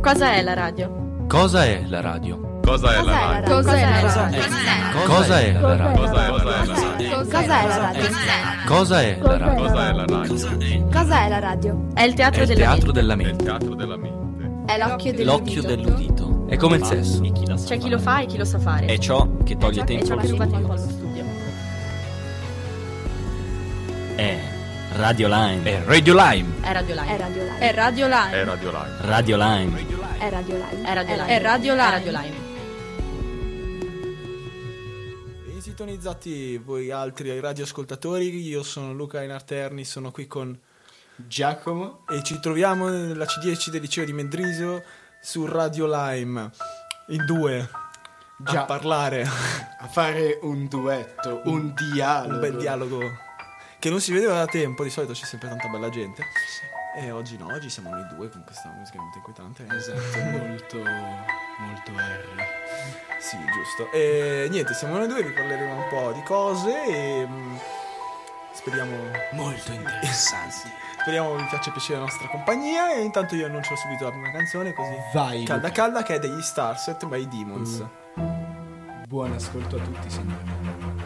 Cosa è la radio? Cosa è la radio? Cosa è la radio? Cosa è la radio? Cosa è la radio? Cosa è la radio? Cosa è la radio? Cosa è la radio? Cosa è la radio? È il È teatro il della teatro della È il mente. teatro della mente. È l'occhio L'occhio dell'udito. È come il sesso. C'è chi lo fa e chi lo sa fare. È ciò che toglie E tempo ciò che allo ruba studio. tempo allo studio. È Radio Lime. È Radio Lime. È Radio Live. È Radio Live. È Radio Live. È Radio Live. Radio Lime. È Radio Live. È Radio Live. È Radio Live. È Radio Live. Ben sintonizzati voi altri radioascoltatori, io sono Luca Inarterni, sono qui con Giacomo e ci troviamo nella C10 del liceo di Mendrisio su Radio Lime in due Già. a parlare, a fare un duetto, un dialogo. un bel dialogo che non si vedeva da tempo, di solito c'è sempre tanta bella gente e oggi no, oggi siamo noi due con questa musica molto inquietante. Esatto, molto R. Sì, giusto. E niente, siamo noi due, vi parleremo un po' di cose e speriamo Molto interessanti. Speriamo vi faccia piacere la nostra compagnia. E intanto io annuncio subito la prima canzone, così Vai, calda Luca. calda, che è degli Starset by Demons. Buon ascolto a tutti, signori.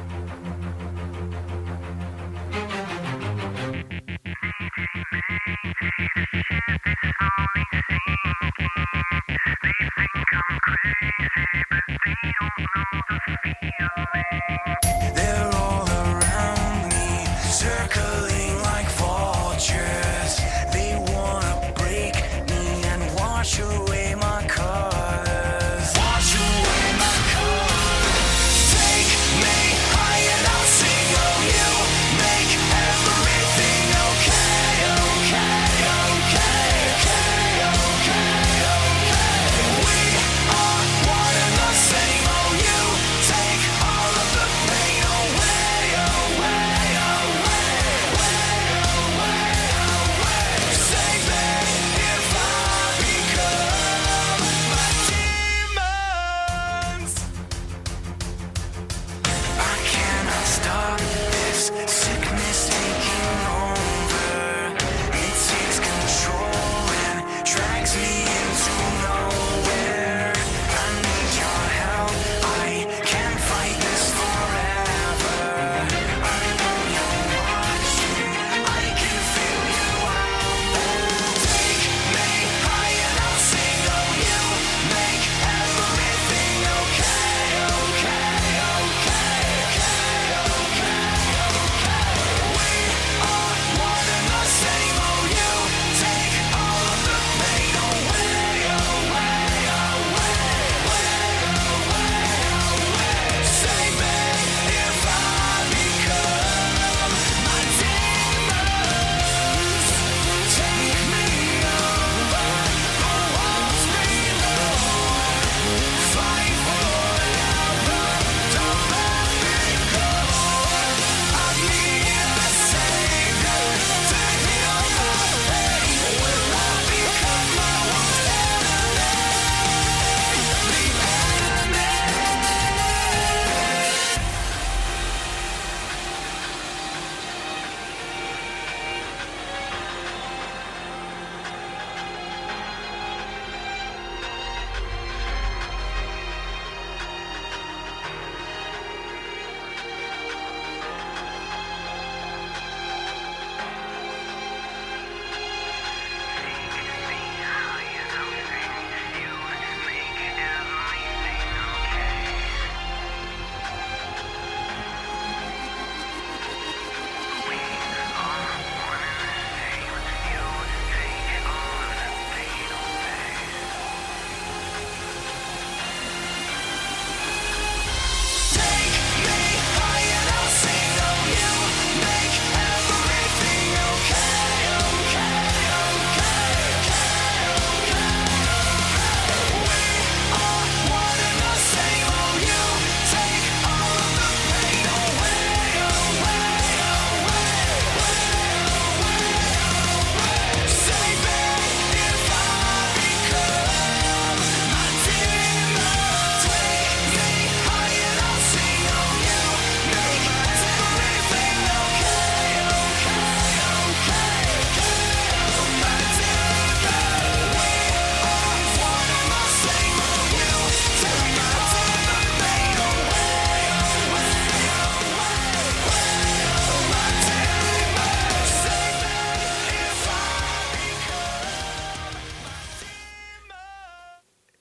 They're all around me, circling like vultures. They wanna break me and wash away my colors. Wash away my colors. Take me high and I'll sing. Oh, you make everything okay, okay, okay, okay, okay, okay. We are one and the same. Oh, you take all of the pain away, away, away, away, away, away.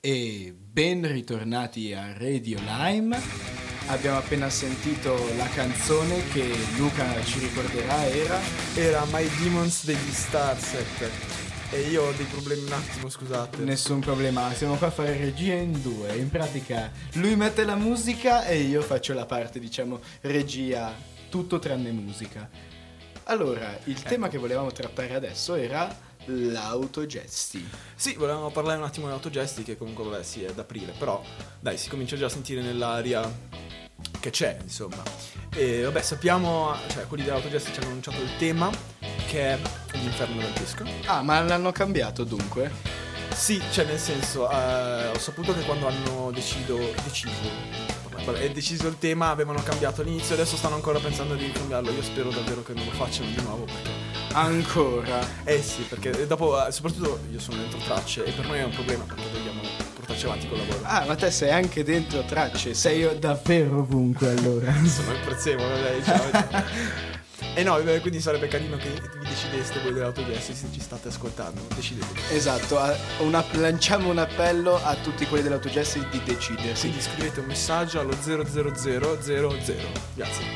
E ben ritornati a Radio Lime. Abbiamo appena sentito la canzone che Luca ci ricorderà Era My Demons degli Starset. E io ho dei problemi un attimo, scusate. Nessun problema, siamo qua a fare regia in due. In pratica lui mette la musica e io faccio la parte, diciamo, regia, tutto tranne musica. Allora, il tema che volevamo trattare adesso era l'autogesti. Sì, volevamo parlare un attimo di autogesti, che comunque vabbè sì, è d'aprile, però dai, si comincia già a sentire nell'aria che c'è, insomma. E vabbè, sappiamo, cioè quelli dell'autogesti ci hanno annunciato il tema, che è l'inferno dantesco. Ah, ma l'hanno cambiato dunque? Sì, cioè nel senso, ho saputo che quando hanno deciso il tema avevano cambiato all'inizio, adesso stanno ancora pensando di cambiarlo. Io spero davvero che non lo facciano di nuovo, perché ancora? sì, perché dopo, soprattutto io sono dentro Tracce e per noi è un problema, perché dobbiamo portarci avanti col lavoro. Ah, ma te sei anche dentro Tracce, sei davvero ovunque allora. Sono il prezzemolo, lei, ciao. E no, quindi sarebbe carino che vi decideste voi dell'autogesti, se ci state ascoltando, decidete. Esatto, lanciamo un appello a tutti quelli dell'autogesti di decidersi. Quindi scrivete un messaggio allo 00000. Grazie.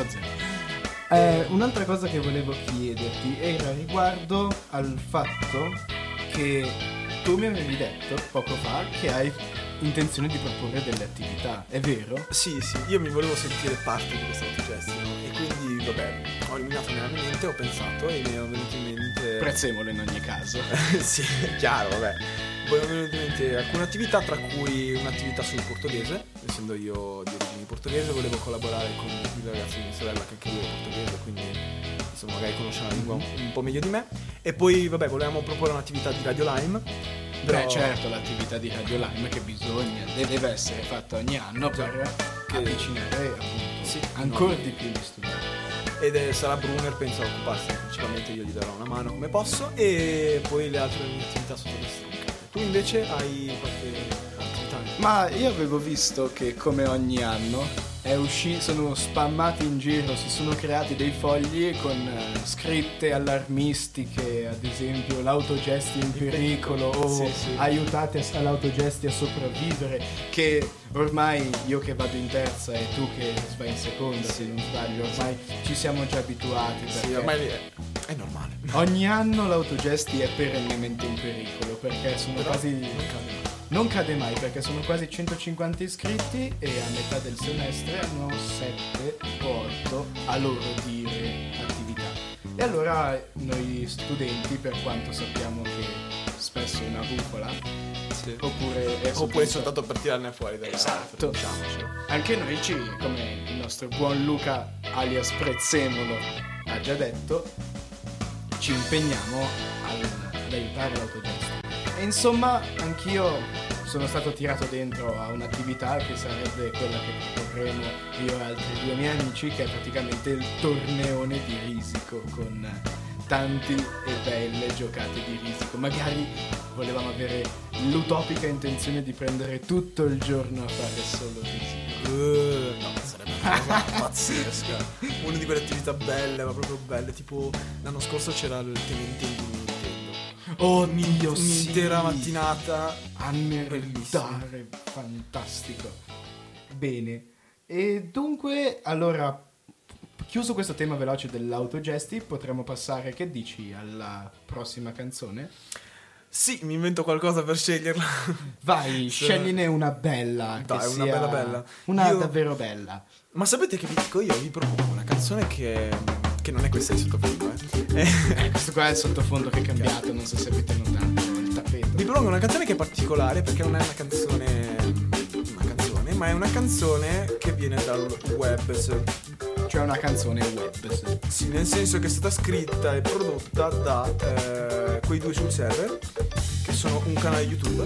00. Un'altra cosa che volevo chiederti era riguardo al fatto che tu mi avevi detto poco fa che hai intenzione di proporre delle attività, è vero? Sì, io mi volevo sentire parte di questo autogesti, no? E quindi vabbè, ho eliminato nella mia mente, ho pensato e mi è venuto in mente Prezzemolo in ogni caso. sì, chiaro, vabbè. Poi mi è venuto in mente alcune attività, tra cui un'attività sul portoghese. Essendo io di origini portoghese, volevo collaborare con il ragazzo di mia sorella, che anche lui è portoghese, quindi insomma magari conosce la lingua un po' meglio di me. E poi vabbè, volevamo proporre un'attività di Radio Lime. Beh, certo, l'attività di Radio Lime che deve essere fatta ogni anno per avvicinare appunto sì, ancora di più gli studenti. Ed sarà Brunner, penso, a occuparsi principalmente, io gli darò una mano come posso, e poi le altre attività sono le stroncate. Tu invece hai qualche attività? Ma io avevo visto che come ogni anno sono spammati in giro, si sono creati dei fogli con scritte allarmistiche, ad esempio l'autogesti in pericolo o sì. aiutate all'autogesti a sopravvivere, che ormai io che vado in terza e tu che vai in seconda, se non sbaglio, ormai ci siamo già abituati, perché Sì, ormai è normale. ogni anno l'autogesti è perennemente in pericolo, perché sono quasi... Non cade mai, perché sono quasi 150 iscritti e a metà del semestre hanno 7 o 8 a loro dire attività. E allora noi studenti, per quanto sappiamo che spesso è una bufala, Sì. oppure soltanto per tirarne fuori dalla Esatto. diciamocelo. Anche noi come il nostro buon Luca alias Prezzemolo ha già detto, ci impegniamo ad aiutare l'autogesti. E insomma, anch'io sono stato tirato dentro a un'attività che sarebbe quella che proporremo io e altri due miei amici, che è praticamente il torneone di risico, con tanti e belle giocate di risico. Magari volevamo avere l'utopica intenzione di prendere tutto il giorno a fare solo risico. No, sarebbe una cosa pazzesca. Una di quelle attività belle, ma proprio belle. Tipo l'anno scorso c'era il tenente di Nintendo. Oh mio, sì! Un'intera mattinata a merendare, fantastico. Bene, e dunque, allora, chiuso questo tema veloce dell'autogesti, potremmo passare, che dici, alla prossima canzone? Sì, mi invento qualcosa per sceglierla. Vai, scegliene una bella. Dai, che una sia bella. Una davvero bella. Ma sapete che vi dico io? Vi propongo una canzone che non è questa di sottofondo, Questo qua è il sottofondo che è cambiato, non so se avete notato il tappeto. Vi propongo una canzone che è particolare, perché non è una canzone, ma è una canzone che viene dal web. Cioè una canzone web. Sì, nel senso che è stata scritta e prodotta da quei due sul server, che sono un canale YouTube.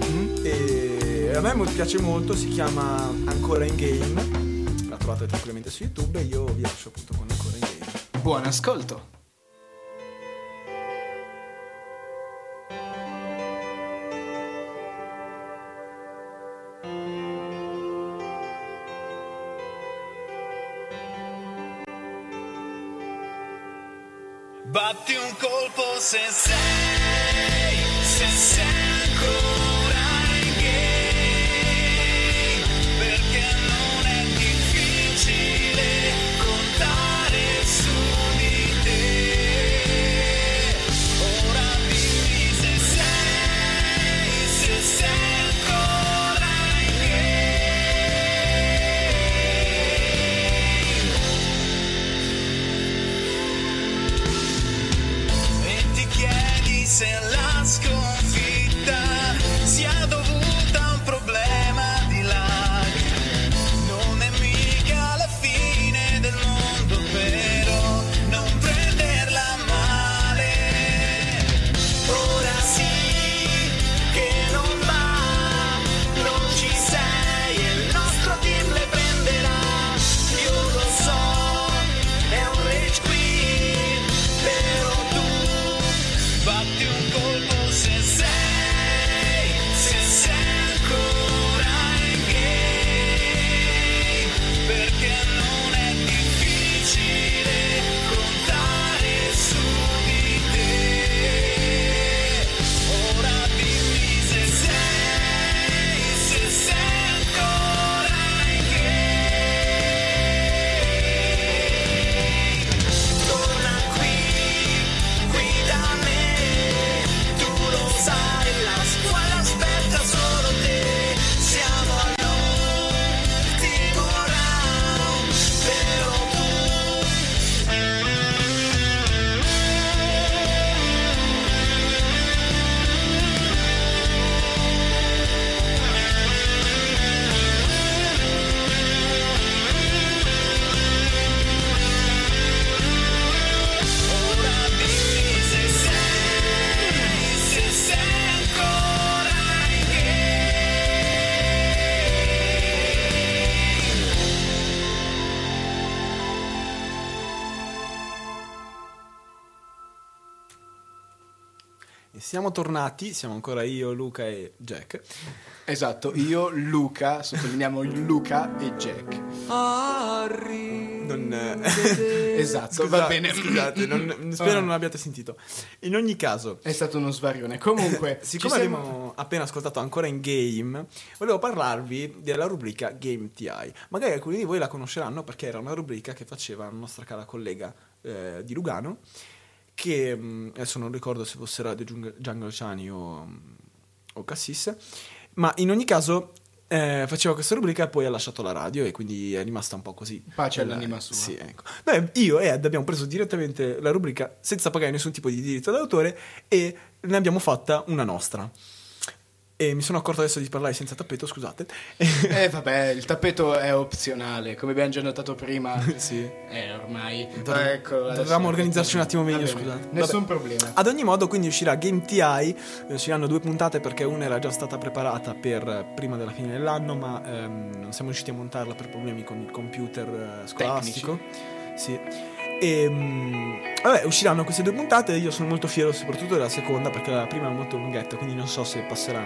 E a me piace molto, si chiama Ancora in Game. La trovate tranquillamente su YouTube e io vi lascio appunto con Ancora in Game. Buon ascolto. Batti un colpo se sei ancora in game. datti un colpo se sei ancora in game, perché non è difficile contare su di te. Ora dimmi se sei ancora in game. Torna qui da me, tu lo sai, la scuola aspetta solo te. Siamo all'ultimo round, però ora dimmi se sei ancora in E siamo tornati, siamo ancora io, Luca e Jack. Esatto, io, Luca, sottolineiamo Luca e Jack. Non... Esatto, va bene. Scusate, spero non abbiate sentito. In ogni caso, È stato uno svarione. Comunque, siccome abbiamo appena ascoltato ancora in game, volevo parlarvi della rubrica Game TI. Magari alcuni di voi la conosceranno perché era una rubrica che faceva la nostra cara collega di Lugano, che adesso non ricordo se fosse Radio Jungle Chani o Cassis, ma in ogni caso faceva questa rubrica e poi ha lasciato la radio e quindi è rimasta un po' così. Pace all'anima sua. Sì, ecco. Noi, io e Ed abbiamo preso direttamente la rubrica senza pagare nessun tipo di diritto d'autore e ne abbiamo fatta una nostra. E mi sono accorto adesso di parlare senza tappeto, scusate. Vabbè, il tappeto è opzionale, come abbiamo già notato prima. Sì. Ormai. Dovevamo organizzarci un attimo meglio, Va bene, scusate. Nessun Vabbè. problema. Ad ogni modo, quindi uscirà Game TI, usciranno 2 puntate perché una era già stata preparata per prima della fine dell'anno, ma non siamo riusciti a montarla per problemi con il computer scolastico. Sì. E vabbè, usciranno queste 2 puntate. Io sono molto fiero soprattutto della seconda perché la prima è molto lunghetta, quindi non so se passerà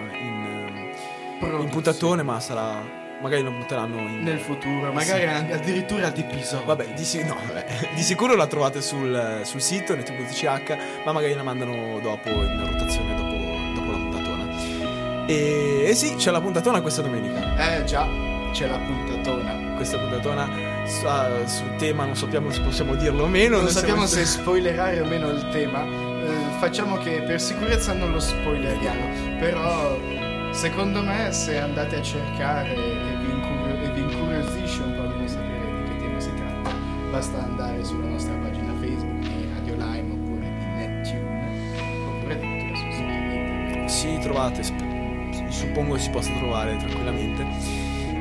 in puntatone, ma sarà, magari lo butteranno Nel futuro, magari addirittura ad episodi. Vabbè, di sicuro la trovate sul sito network.ch, ma magari la mandano dopo in rotazione dopo la puntatona. E sì, c'è la puntatona questa domenica. Già, c'è la puntatona. Questa puntatona sul tema non sappiamo se possiamo dirlo o meno. Non sappiamo se spoilerare o meno il tema. Facciamo che per sicurezza non lo spoileriamo. Però secondo me se andate a cercare e vi incuriosisce un po' almeno sapere di che tema si tratta, basta andare sulla nostra pagina Facebook di Radio Lime oppure di NetTune oppure addirittura sul sito internet. Sì, trovate, suppongo si possa trovare tranquillamente.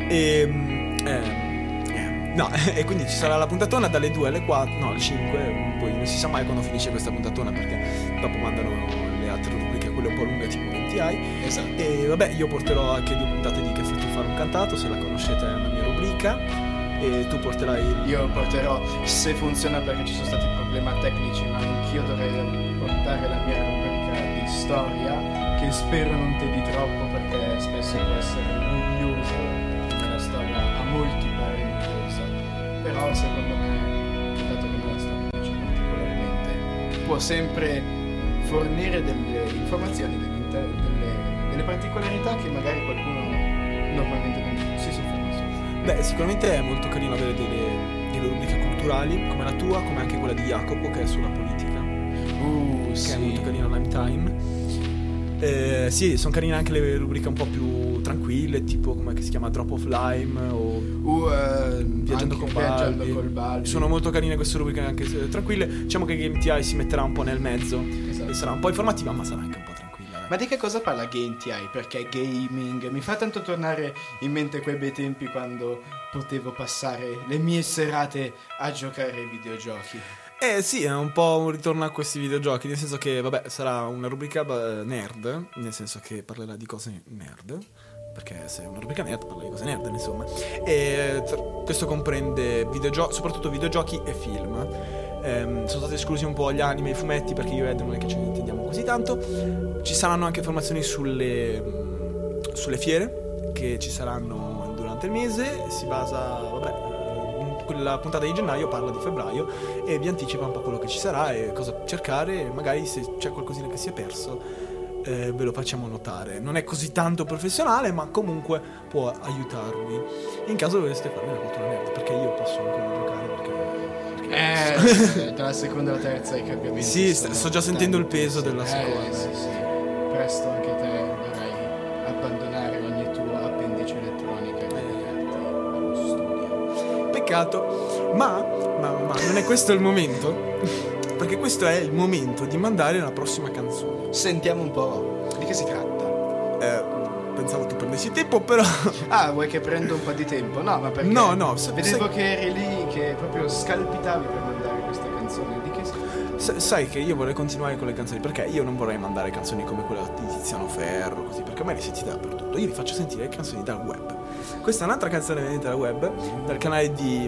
No, e quindi ci sarà la puntatona dalle 2 alle 4, no, alle 5, poi non si sa mai quando finisce questa puntatona perché dopo mandano le altre rubriche, quelle un po' lunghe tipo NTI. Esatto. E vabbè, io porterò anche 2 puntate di Che fate fare un cantato, se la conoscete è una mia rubrica, e tu porterai Io porterò, se funziona perché ci sono stati problemi tecnici, ma anch'io dovrei portare la mia rubrica di storia, che spero non tedi troppo perché spesso può essere noiosa, perché la storia a molti pare noiosa, però secondo me, dato che non la sto facendo particolarmente, può sempre fornire delle informazioni, delle particolarità che magari qualcuno normalmente non si sofferma su. Beh, sicuramente è molto carino avere delle rubriche culturali come la tua, come anche quella di Jacopo che è sulla politica, che Sì. è molto carino, Lime Time. Sì, sono carine anche le rubriche un po' più tranquille, tipo come si chiama Drop of Lime o Viaggiando anche con Balbi. Viaggiando col Balbi. Sono molto carine queste rubriche anche tranquille. Diciamo che Game TI si metterà un po' nel mezzo, Esatto. e sarà un po' informativa, ma sarà anche un po' tranquilla. Ma di che cosa parla Game TI? Perché gaming mi fa tanto tornare in mente quei bei tempi quando potevo passare le mie serate a giocare ai videogiochi. Sì, è un po' un ritorno a questi videogiochi, nel senso che, vabbè, sarà una rubrica nerd, nel senso che parlerà di cose nerd, perché se è una rubrica nerd parla di cose nerd, insomma. E questo comprende soprattutto videogiochi e film. sono stati esclusi un po' gli anime e i fumetti, perché io e Ed non è che ce ne intendiamo così tanto. Ci saranno anche informazioni sulle fiere che ci saranno durante il mese. Si basa, quella puntata di gennaio parla di febbraio e vi anticipa un po' quello che ci sarà e cosa cercare, magari se c'è qualcosina che si è perso ve lo facciamo notare. Non è così tanto professionale, ma comunque può aiutarvi in caso doveste fare la cultura nerd, perché io posso ancora giocare Tra la seconda e la terza i cambiamenti. Sì, sto già sentendo il peso della seconda. Sì. Presto anche te dovrai abbandonare ogni tua appendice elettronica e dedicarti allo studio. Peccato, ma non è questo il momento, perché questo è il momento di mandare la prossima canzone. Sentiamo un po' di che si tratta. Pensavo tu prendessi tempo, però Vuoi che prenda un po' di tempo? No, ma perché No, vedevo che eri lì, che proprio scalpitavi per mandare questa canzone. Di che si tratta? sai che io vorrei continuare con le canzoni, perché io non vorrei mandare canzoni come quella di Tiziano Ferro, così, perché ormai le sentite dappertutto. Io vi faccio sentire canzoni dal web. Questa è un'altra canzone venuta dal web, dal canale di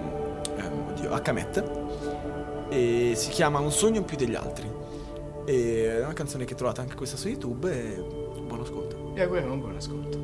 Hmet, e si chiama Un sogno più degli altri. E è una canzone che trovate anche questa su YouTube e buon ascolto. E auguriamo un buon ascolto.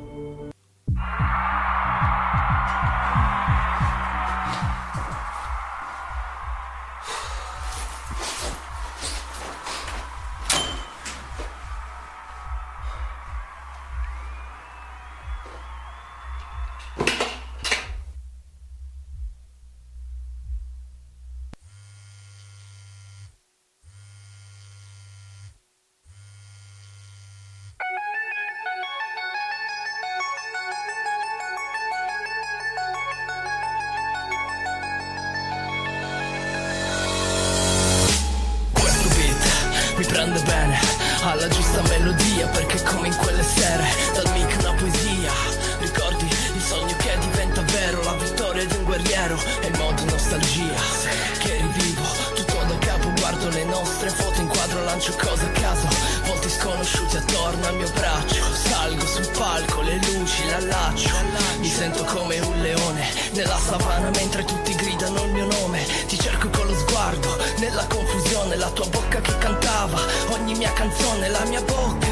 Mi prende bene, alla giusta melodia, perché come in quelle sere, dal mic una poesia. Ricordi il sogno che diventa vero, la vittoria di un guerriero, e il modo nostalgia, che rivivo tutto da capo, guardo le nostre foto, inquadro, lancio cose a caso, volti sconosciuti attorno al mio braccio, salgo sul palco, le luci, l'allaccio, mi sento come un leone nella savana mentre tutti gridano il mio nome, ti cerco con lo sguardo, nella confusione, la tua bocca che cantava ogni mia canzone, la mia bocca,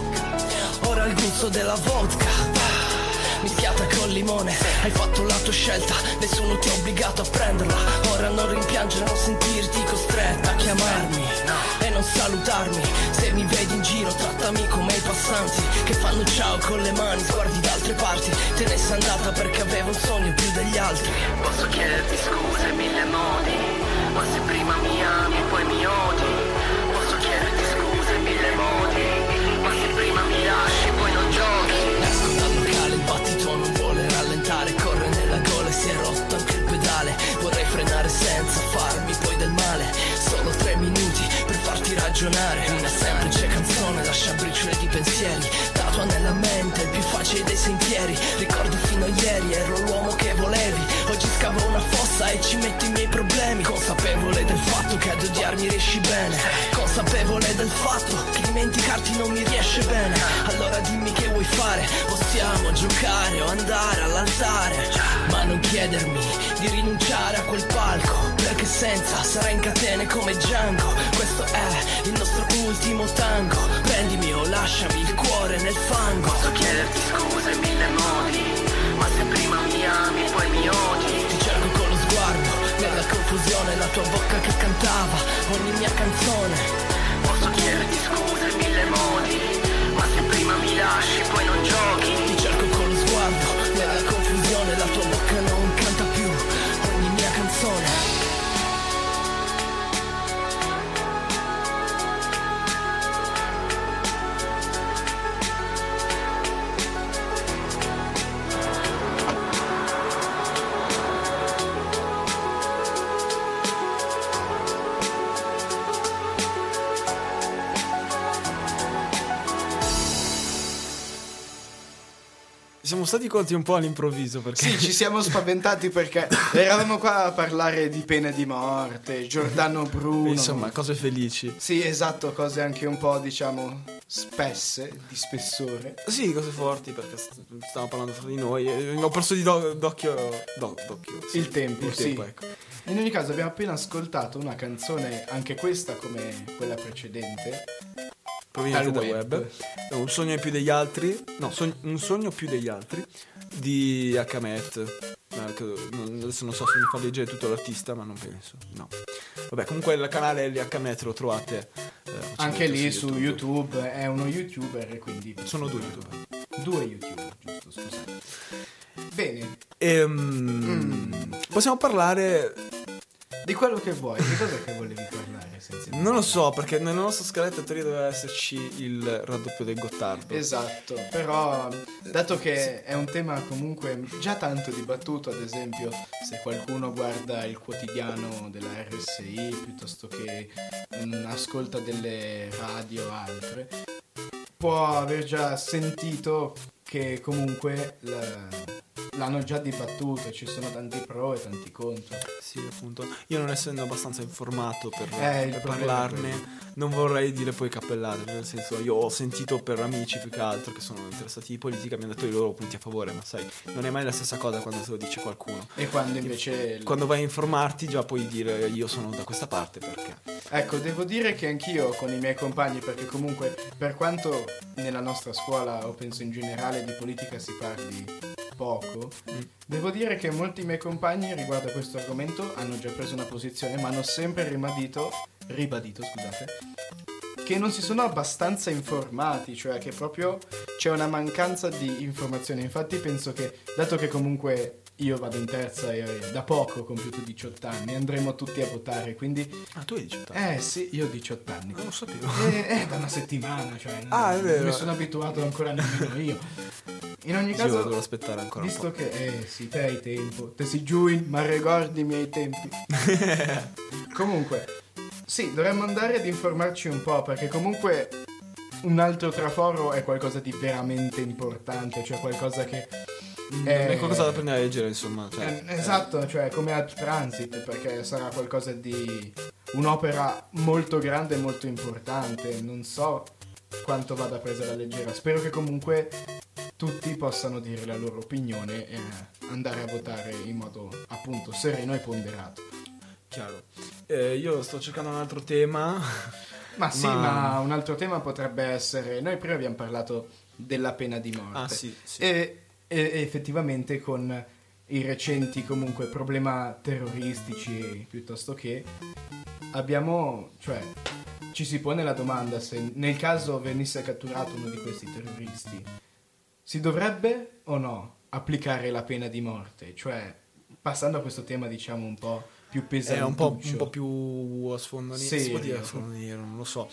ora il gusto della vodka mischiata con limone. Hai fatto la tua scelta, nessuno ti ha obbligato a prenderla. Ora non rimpiangere, non sentirti costretta a chiamarmi e non salutarmi. Se mi vedi in giro trattami come i passanti che fanno ciao con le mani, sguardi da altre parti. Te ne sei andata perché avevo un sogno più degli altri. Posso chiederti scusa in mille modi, ma se prima mi ami e poi mi odi. Posso chiederti scusa in mille modi, ma se prima mi lasci e poi non giochi. Esco dal locale, il battito non vuole rallentare, corre nella gola e si è rotto anche il pedale. Vorrei frenare senza farmi poi del male, solo 3 minuti per farti ragionare. Una semplice canzone lascia briciole di pensieri, tatua nella mente il più facile dei sentieri. Ricordo fino a ieri ero l'uomo che volevi, oggi scavo una fossa e ci metto i miei problemi. Consapevole del fatto che ad odiarmi riesci bene, consapevole del fatto che dimenticarti non mi riesce bene. Allora dimmi che vuoi fare, possiamo giocare o andare all'altare, ma non chiedermi di rinunciare a quel palco, perché senza sarà in catene come Django. Questo è il nostro ultimo tango, prendimi o lasciami il cuore nel fango. Posso chiederti scusa in mille modi, ma se prima mi ami e poi mi odi. Ti cerco con lo sguardo, nella confusione la tua bocca che cantava ogni mia canzone. Posso chiederti scusa in mille modi, ma se prima mi lasci e poi non giochi. Ti cerco con lo sguardo, nella confusione la tua bocca non canta più ogni mia canzone. Siamo stati colti un po' all'improvviso perché Sì, ci siamo spaventati perché eravamo qua a parlare di pena di morte, Giordano Bruno. insomma, cose felici. Sì, esatto, cose anche un po', diciamo, spesse, di spessore. Sì, cose forti perché stavamo parlando fra di noi e ho perso d'occhio sì. Il tempo, sì. ecco. In ogni caso abbiamo appena ascoltato una canzone, anche questa come quella precedente, Proveniente dal da web. Un sogno più degli altri. No, un sogno più degli altri di Hakameth. Adesso non so se mi fa leggere tutto l'artista, ma non penso. No. Vabbè, comunque il canale di Hakameth lo trovate anche lì su YouTube. È uno YouTuber e quindi Sono due YouTuber. Due YouTuber, giusto, scusate. Bene, Possiamo parlare. di quello che vuoi, di cosa che volevi parlare essenzialmente? Non lo so, perché nella nostra scaletta in teoria doveva esserci il raddoppio del Gottardo. Esatto, però dato che è un tema comunque già tanto dibattuto, ad esempio se qualcuno guarda il quotidiano della RSI piuttosto che ascolta delle radio o altre, può aver già sentito che comunque l'hanno già dibattuto, ci sono tanti pro e tanti contro. Sì, appunto. Io non essendo abbastanza informato per il parlarne, non vorrei dire poi cappellate, nel senso, io ho sentito per amici più che altro che sono interessati di politica, mi hanno detto i loro punti a favore, ma sai, non è mai la stessa cosa quando te lo dice qualcuno. E quando invece Quando vai a informarti già puoi dire io sono da questa parte perché. Ecco, devo dire che anch'io con i miei compagni, perché comunque per quanto nella nostra scuola o penso in generale di politica si parli poco, devo dire che molti miei compagni riguardo a questo argomento hanno già preso una posizione, ma hanno sempre ribadito, scusate, che non si sono abbastanza informati, cioè che proprio c'è una mancanza di informazione. Infatti penso che, dato che comunque io vado in terza e da poco ho compiuto 18 anni, andremo tutti a votare, quindi... Ah, tu hai 18 anni? Sì, io ho 18 anni. Non lo sapevo. Da una settimana, cioè... È vero. Non mi sono abituato ancora nemmeno io. In ogni Io caso... devo aspettare ancora un visto po'. che... sì, te hai tempo. Te si giui, ma ricordi i miei tempi. Comunque, sì, dovremmo andare ad informarci un po', perché comunque un altro traforo è qualcosa di veramente importante, cioè qualcosa che... È qualcosa da prendere a leggere, insomma. Cioè, esatto, cioè come Ad Transit, perché sarà qualcosa di... un'opera molto grande e molto importante. Non so quanto vada presa alla leggera. Spero che comunque tutti possano dire la loro opinione e andare a votare in modo appunto sereno e ponderato. Chiaro. Io sto cercando un altro tema. Ma sì, ma un altro tema potrebbe essere... Noi prima abbiamo parlato della pena di morte. Ah, sì. E effettivamente con i recenti comunque problema terroristici piuttosto che abbiamo, cioè ci si pone la domanda se nel caso venisse catturato uno di questi terroristi si dovrebbe o no applicare la pena di morte, cioè passando a questo tema diciamo un po' più pesante, È un po' più a sfondo nero, Sì, si può dire a sfondo nero, non lo so.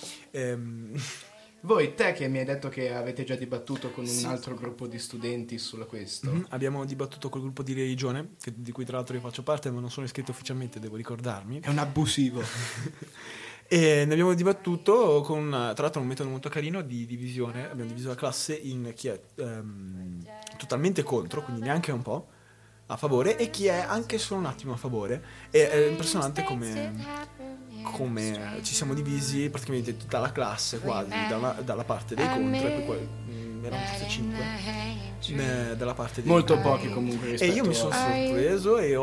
Voi, te che mi hai detto che avete già dibattuto con un altro gruppo di studenti su questo. Abbiamo dibattuto col gruppo di religione, di cui tra l'altro io faccio parte, ma non sono iscritto ufficialmente, devo ricordarmi. È un abusivo. E ne abbiamo dibattuto con, tra l'altro, un metodo molto carino di divisione. Abbiamo diviso la classe in chi è totalmente contro, quindi neanche un po' a favore, e chi è anche solo un attimo a favore. E è impressionante come ci siamo divisi praticamente tutta la classe quasi dalla parte dei contro, e poi erano forse 5 dalla parte dei Molto pochi comunque e rispetto io mi sono sorpreso e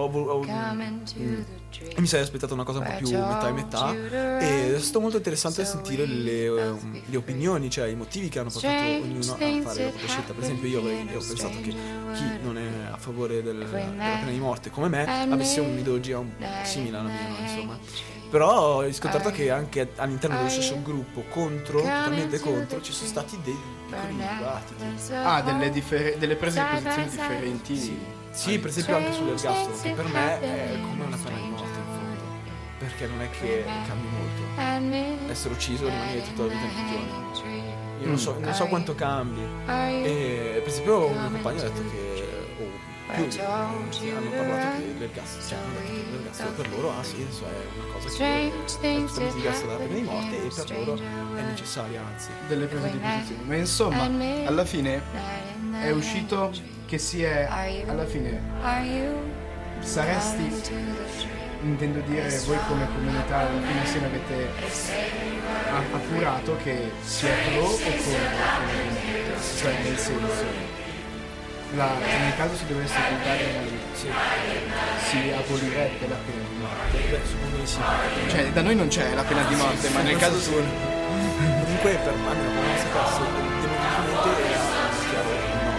mi sarei aspettato una cosa un po' più metà e metà, e è stato molto interessante sentire le opinioni, cioè i motivi che hanno portato ognuno a fare la propria scelta. Per esempio io ho pensato che chi non è a favore della pena di morte come me avesse un'ideologia simile alla mia, no? Insomma. Però ho riscontrato che anche all'interno dello stesso gruppo totalmente contro, ci sono stati dei piccoli dibattiti. Delle prese di posizione differenti. Sì, per esempio anche sull'ergastolo, che per me è come una pena di morte in fondo, perché non è che cambi molto. Essere ucciso e rimanere tutta la vita in prigione. Io non so quanto cambi. E per esempio un mio compagno ha detto che hanno parlato che l'ergastolo per loro ha senso, è una cosa che è totalmente diversa dalla pena di morte e per loro è necessaria, anzi. Delle prese di posizione. Ma insomma, alla fine è uscito che si è alla fine saresti, intendo dire, voi come comunità alla fine se avete appurato che si è pro o contro la pena di morte, cioè nel senso nel caso si dovesse applicare una legge si abolirebbe la pena di morte. Beh, secondo me sì. Cioè da noi non c'è la pena di morte, ma nel caso si... Comunque per me la nostra classe democraticamente era chiaro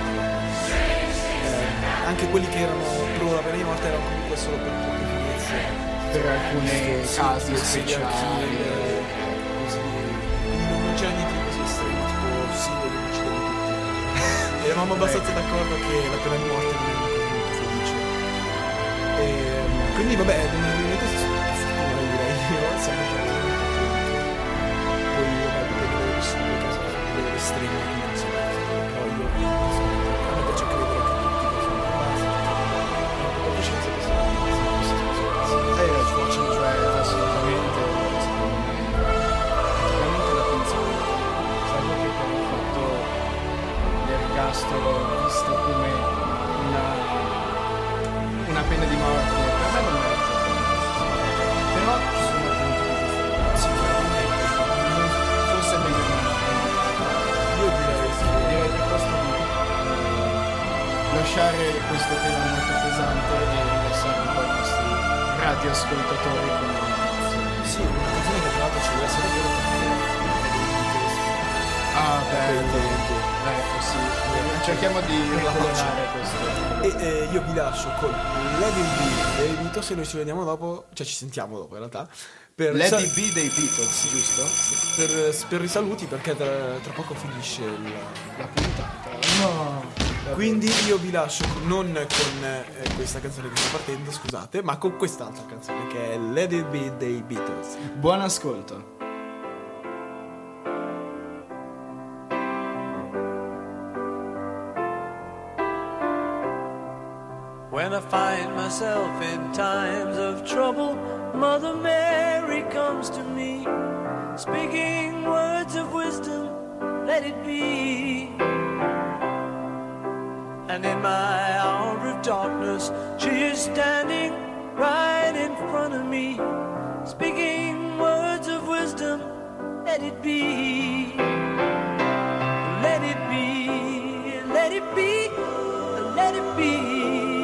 no. Anche quelli che erano pro la pena di morte erano comunque solo per poche finezze, per alcuni casi speciali, così. Non c'era niente di così estremo, tipo sì, voglio uccidere tutti. Eravamo abbastanza d'accordo che la pena di morte non era una cosa molto felice. Quindi vabbè, ovviamente si sono fortuna, direi io, siamo tutti molto contro. Poi vabbè, dipende dalle persone, nel caso delle estreme, quindi non so però io a me piace credere che tutti possono basta, la coscienza che sono cioè assolutamente, secondo me, praticamente la pensavo, salvo che per il fatto l'ergastolo visto come una pena di morte, per me non è esattamente, però ci sono punti di vista, sicuramente, forse è meglio non. Io direi piuttosto di lasciare questo tema molto pesante e lasciare un po' i nostri radioascoltatori con un'informazione. sì, una canzone che tra l'altro ci deve essere vero perché Ecco sì, cerchiamo di ricolorare questo. E io vi lascio con Lady B dei Beatles e noi ci vediamo dopo, cioè ci sentiamo dopo in realtà per Lady B dei Beatles, giusto? per i saluti perché tra poco finisce La puntata. No. quindi io vi lascio non con questa canzone che sta partendo, scusate, ma con quest'altra canzone che è Lady B dei Beatles. Buon ascolto. When I find myself in times of trouble, Mother Mary comes to me, speaking words of wisdom, let it be. And in my hour of darkness, she is standing right in front of me, speaking words of wisdom, let it be. Let it be, let it be, let it be.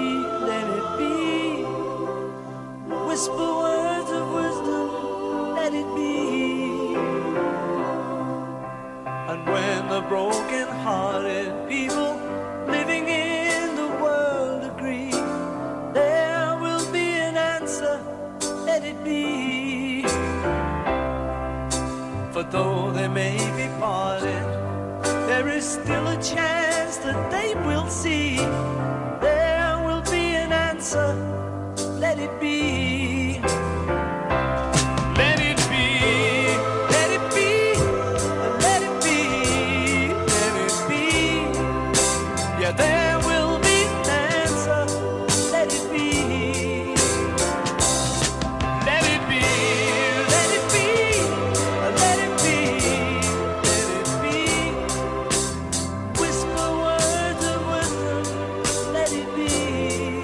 Whisper words of wisdom, let it be. And when the broken-hearted people living in the world agree, there will be an answer, let it be. For though they may be parted, there is still a chance that they will see. There will be an answer, let it be. Let it be, let it be, let it be, let it be. Yeah, there will be an answer, let it be. Let it be, let it be, let it be, let it be. Whisper words of wisdom, let it be.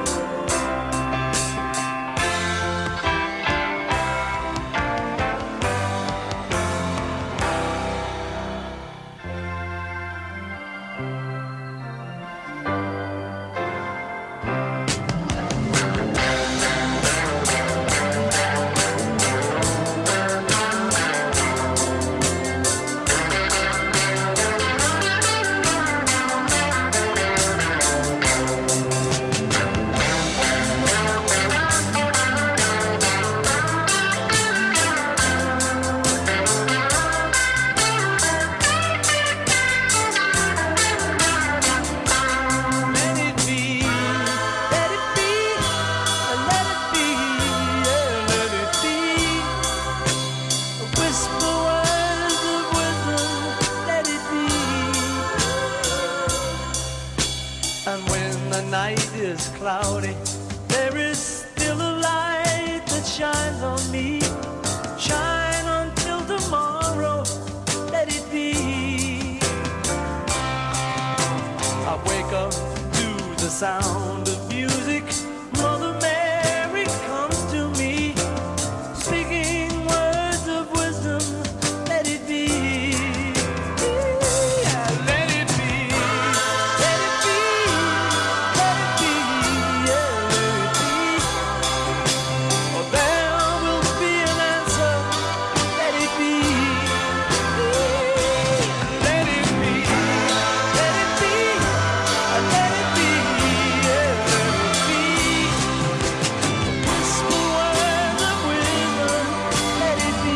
Cloudy, there is still a light that shines on me. Shine until tomorrow, let it be. I wake up sound of music, Mother Mary comes to me, speaking words of wisdom. Let it be. Yeah, let it be. Let it be. Let it be. Yeah, let it be. Or there will be an answer. Let it be. Let it be. Let it be. Let it be. Yeah, let it be. Whisper words of wisdom. Let it be.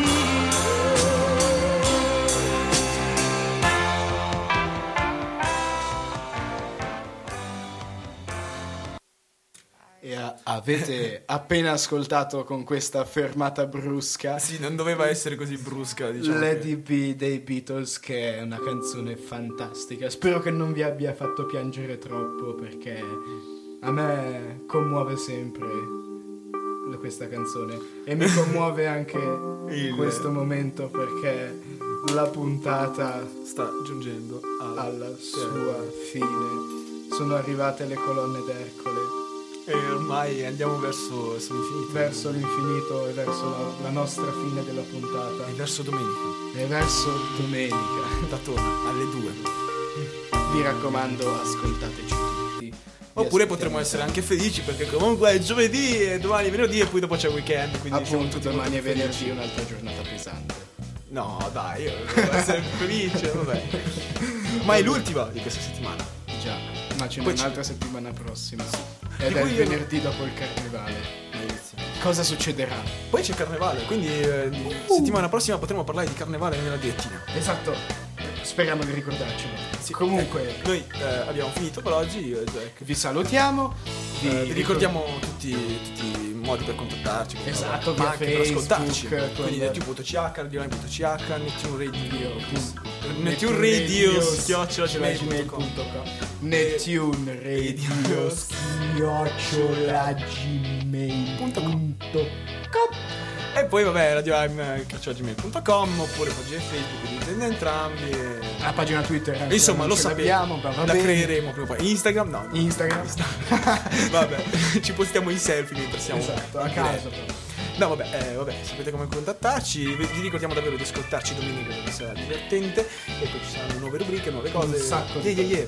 E avete appena ascoltato con questa fermata brusca Sì, non doveva essere così brusca, diciamo. Lady B dei Beatles, che è una canzone fantastica. Spero che non vi abbia fatto piangere troppo, perché a me commuove sempre questa canzone, e mi commuove anche in questo momento, perché la puntata Sta giungendo alla sua fine. Sono arrivate le colonne d'Ercole, e ormai andiamo verso l'infinito. verso l'infinito e verso la nostra fine della puntata, E verso domenica, e verso domenica. datona, alle 2. Vi raccomando, ascoltateci tutti. Vi Oppure aspettiamo potremmo essere sempre. anche felici, perché comunque è giovedì e domani è venerdì e poi dopo c'è il weekend, quindi siamo Appunto, tutti domani molto è venerdì, felici. un'altra giornata pesante. No, dai, io devo essere felice, vabbè. Ma è l'ultima di questa settimana. Già, ma ce n'è Poi un'altra settimana prossima. Ed Di è cui il io- venerdì dopo il carnevale. Cosa succederà? Poi c'è carnevale, quindi settimana prossima potremo parlare di carnevale nella direttina. Esatto, speriamo di ricordarcelo. Sì, Comunque, noi abbiamo finito per oggi, io e Jack. vi salutiamo. Vi ricordiamo tutti i modi per contattarci. Esatto, ma via anche per ascoltarci. Facebook, Quindi con- netune.ch, radioline.ch, Netune Radio. Netune Radio, @gmail.com. Netune Radio @gmail.com. E poi vabbè, radioline.gmail.com oppure pagina Facebook di entrambi. La pagina Twitter ancora Insomma, non lo ce sapete, l'abbiamo, ma va la bene. creeremo prima o poi. Instagram, no. Instagram. Vabbè, ci postiamo in selfie mentre siamo Esatto, a in caso diretta. però. No, vabbè, sapete come contattarci. Vi ricordiamo davvero di ascoltarci domenica, perché sarà divertente. E poi ci saranno nuove rubriche, nuove cose. Un sacco di yeah.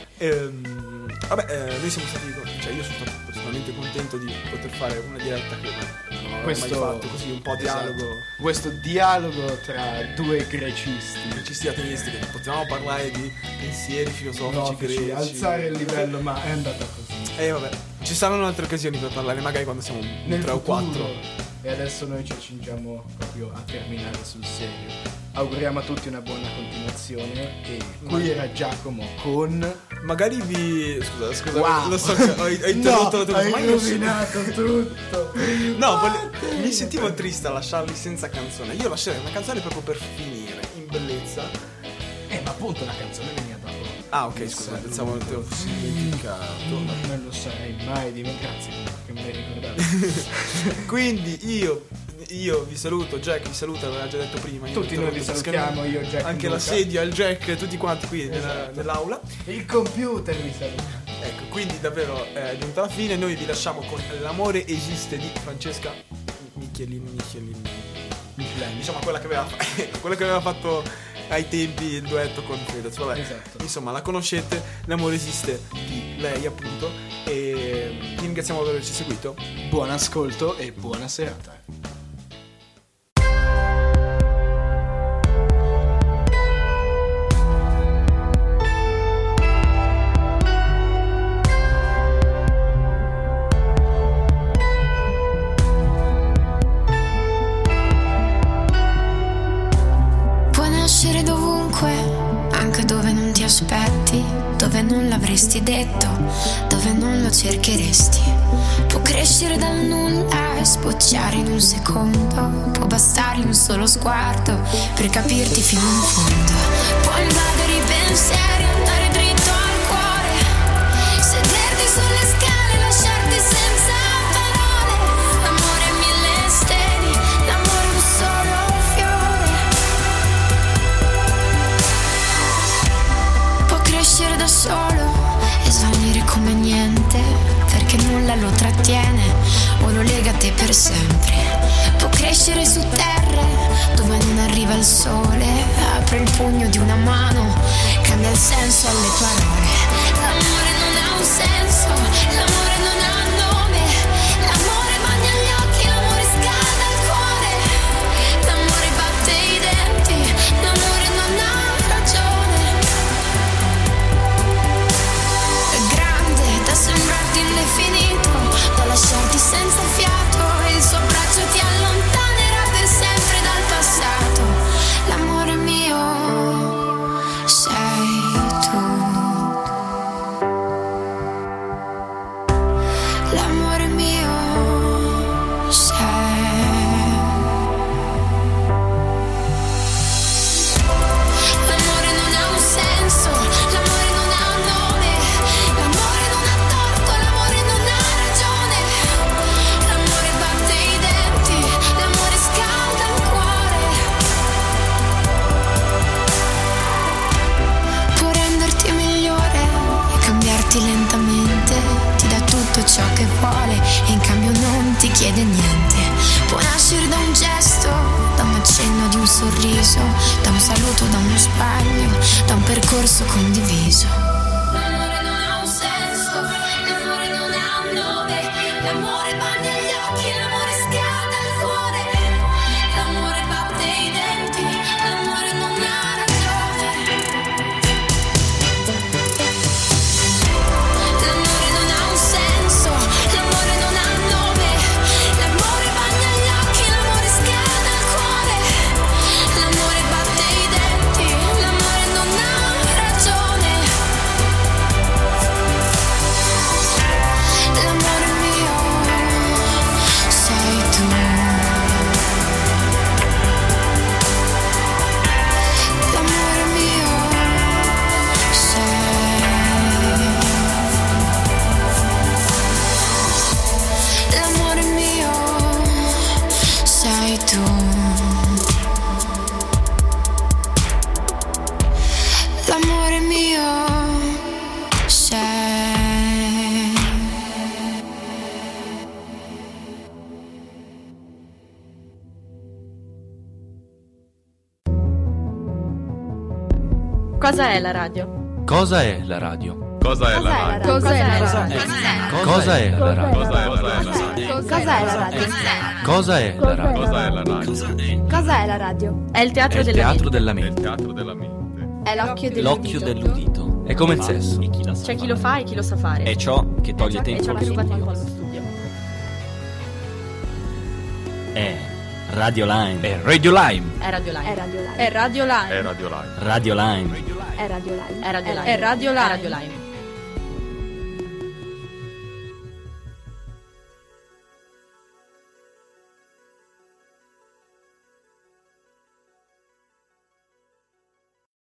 Noi siamo stati, cioè io sono stato personalmente contento di poter fare una diretta che non avevo mai fatto, così un po' dialogo. Esatto. Questo dialogo tra due grecisti. Ci sia ateisti, che potevamo parlare di pensieri filosofici Filosofici, greci. alzare il livello, ma è andata così. Vabbè, ci saranno altre occasioni per parlare, magari quando siamo Nel 3 o futuro. 4. E adesso noi ci accingiamo proprio a terminare sul serio. Auguriamo a tutti una buona continuazione. E qui era Giacomo con... Magari Scusa, Wow. lo so che ho interrotto la tua hai ma io rovinato tutto. mi sentivo triste a lasciarli senza canzone. Io lascerei una canzone proprio per finire in bellezza. Ma appunto la canzone veniva dopo. Ah, ok, scusa, pensavo te lo fossi dimenticato. Non lo sarei mai dimenticato. Grazie che me l'hai ricordato. Quindi io vi saluto, Jack vi saluta, l'aveva già detto prima. io Tutti noi vi interrotto per salutiamo, schermo. io, Jack, Anche Luca. la sedia, il Jack, tutti quanti qui Esatto. nell'aula. Il computer vi saluta. Ecco, quindi davvero è giunta la fine. Noi vi lasciamo con L'amore esiste di Francesca Michelin. Diciamo quella che aveva fatto ai tempi il duetto con Fedez. Vabbè. Esatto. Insomma, la conoscete, L'amore esiste di lei, appunto. E vi ringraziamo per averci seguito. Buon ascolto e buona serata. Può nascere dovunque, anche dove non ti aspetti, dove non l'avresti detto, dove non lo cercheresti. Può crescere dal nulla e sbocciare in un secondo, può bastargli un solo sguardo per capirti fino in fondo. Può invadere i pensieri, andare dritto al cuore, sederti sulle scale, lasciarti senza parole. L'amore è mille steli, l'amore è un solo fiore. Può crescere da solo e svanire come niente, balla lo trattiene o lo lega a te per sempre. Può crescere su terre dove non arriva il sole, apre il pugno di una mano, cambia il senso alle parole. L'amore non ha un senso, l'amore non ha nome, l'amore bagna gli occhi, l'amore scalda il cuore, l'amore batte i denti, l'amore non ha ragione. È grande da sembrarti indefinito, da lasciarti senza fiato, e il suo abbraccio ti allontanerà per sempre dal passato. L'amore mio sei tu. L'amore mio sei. L'amore non ha un senso, l'amore non ha un nome, l'amore non ha torto, l'amore non ha ragione, l'amore batte i denti, l'amore scalda il cuore. Può renderti migliore e cambiarti lentamente, ti dà tutto ciò che vuole e in cambio non ti chiede niente. Può nascere da un gesto, da un accenno di un sorriso, da un saluto, da uno sbaglio, da un percorso condiviso. L'amore non ha un senso, l'amore non ha un nome, l'amore bagna gli occhi, l'amore scalda il cuore, l'amore batte i denti, l'amore non ha ragione. L'amore non ha un senso, l'amore non ha un nome, l'amore bagna gli occhi, l'amore scalda il cuore, l'amore batte i denti, l'amore non ha ragione. L'amore mio sei tu. L'amore mio sei. L'amore mio sei tu. L'amore mio sei. Cosa è la radio? Cosa è la radio? Cosa è la radio? Cosa è la radio? Cosa è la radio? Cosa è la radio? Cosa è la radio? Cosa è la radio? Cosa è la radio? Cosa è la radio? È il È teatro il della teatro mente. della È il mente. teatro della mente. È l'occhio L'occhio dell'udito. È come il sesso. C'è chi lo fa e chi lo sa fare. È ciò che toglie E tempo ciò allo che ruba tempo studio. allo studio. È Radio Line. È Radio Line. È Radio Line. È Radio Line. È Radio Line. È Radio Live. Radio Line. È Radio Line. È Radio Line. È Radio Line. È Radio Line.